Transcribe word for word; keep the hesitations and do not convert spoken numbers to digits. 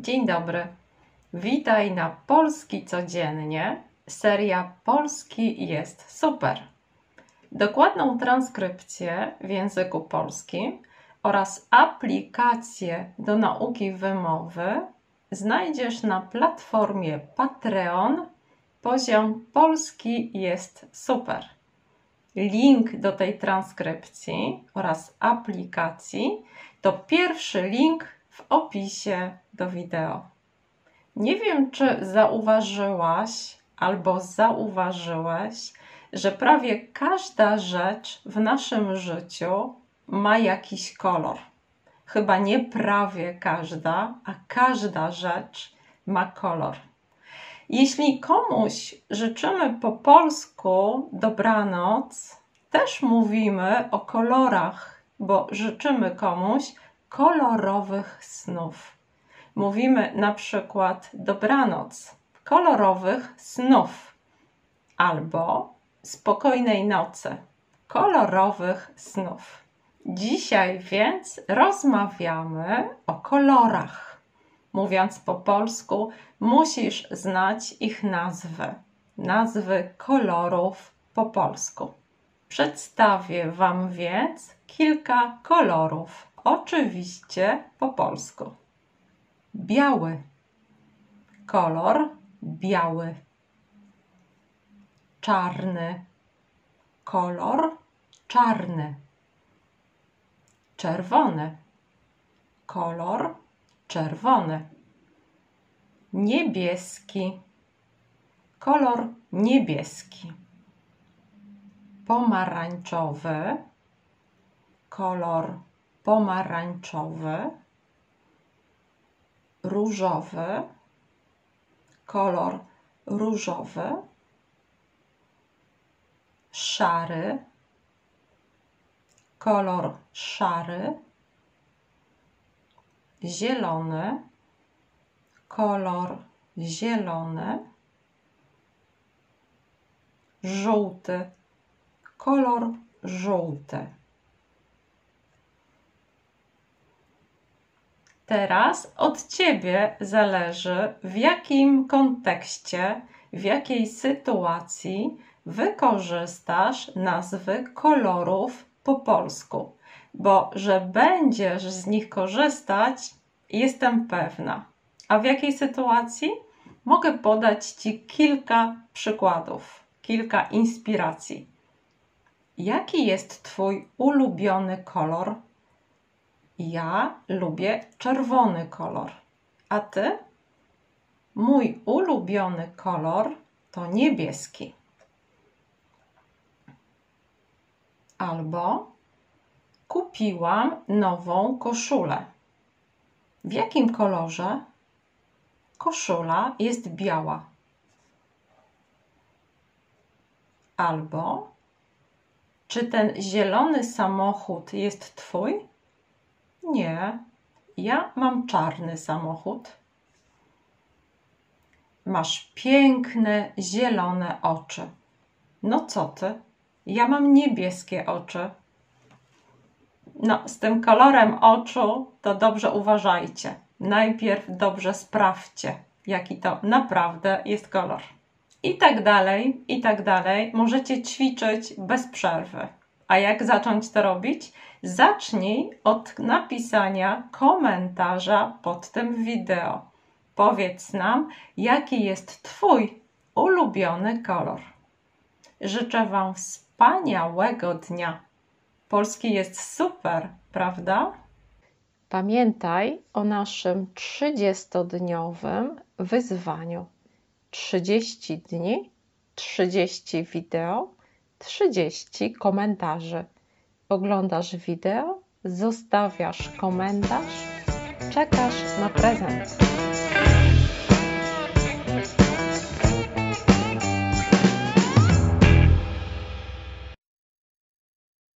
Dzień dobry. Witaj na Polski Codziennie. Seria Polski jest super. Dokładną transkrypcję w języku polskim oraz aplikację do nauki wymowy znajdziesz na platformie Patreon. Poziom Polski jest super. Link do tej transkrypcji oraz aplikacji to pierwszy link w opisie do wideo. Nie wiem, czy zauważyłaś albo zauważyłeś, że prawie każda rzecz w naszym życiu ma jakiś kolor. Chyba nie prawie każda, a każda rzecz ma kolor. Jeśli komuś życzymy po polsku dobranoc, też mówimy o kolorach, bo życzymy komuś kolorowych snów. Mówimy na przykład dobranoc, kolorowych snów, albo spokojnej nocy, kolorowych snów. Dzisiaj więc rozmawiamy o kolorach. Mówiąc po polsku, musisz znać ich nazwy. Nazwy kolorów po polsku. Przedstawię Wam więc kilka kolorów. Oczywiście po polsku. Biały. Kolor biały. Czarny. Kolor czarny. Czerwony. Kolor czerwony. Niebieski. Kolor niebieski. Pomarańczowy. Kolor pomarańczowy. Różowy. Kolor różowy. Szary. Kolor szary. Zielony. Kolor zielony. Żółty. Kolor żółty. Teraz od Ciebie zależy, w jakim kontekście, w jakiej sytuacji wykorzystasz nazwy kolorów po polsku, bo że będziesz z nich korzystać, jestem pewna. A w jakiej sytuacji? Mogę podać Ci kilka przykładów, kilka inspiracji. Jaki jest Twój ulubiony kolor? Ja lubię czerwony kolor. A Ty? Mój ulubiony kolor to niebieski. Albo kupiłam nową koszulę. W jakim kolorze? Koszula jest biała. Albo czy ten zielony samochód jest Twój? Nie, ja mam czarny samochód. Masz piękne, zielone oczy. No co Ty? Ja mam niebieskie oczy. No, z tym kolorem oczu to dobrze uważajcie. Najpierw dobrze sprawdźcie, jaki to naprawdę jest kolor. I tak dalej, i tak dalej. Możecie ćwiczyć bez przerwy. A jak zacząć to robić? Zacznij od napisania komentarza pod tym wideo. Powiedz nam, jaki jest Twój ulubiony kolor. Życzę Wam wspaniałego dnia. Polski jest super, prawda? Pamiętaj o naszym trzydziestodniowym wyzwaniu. trzydzieści dni, trzydzieści wideo, trzydzieści komentarzy. Oglądasz wideo, zostawiasz komentarz, czekasz na prezent.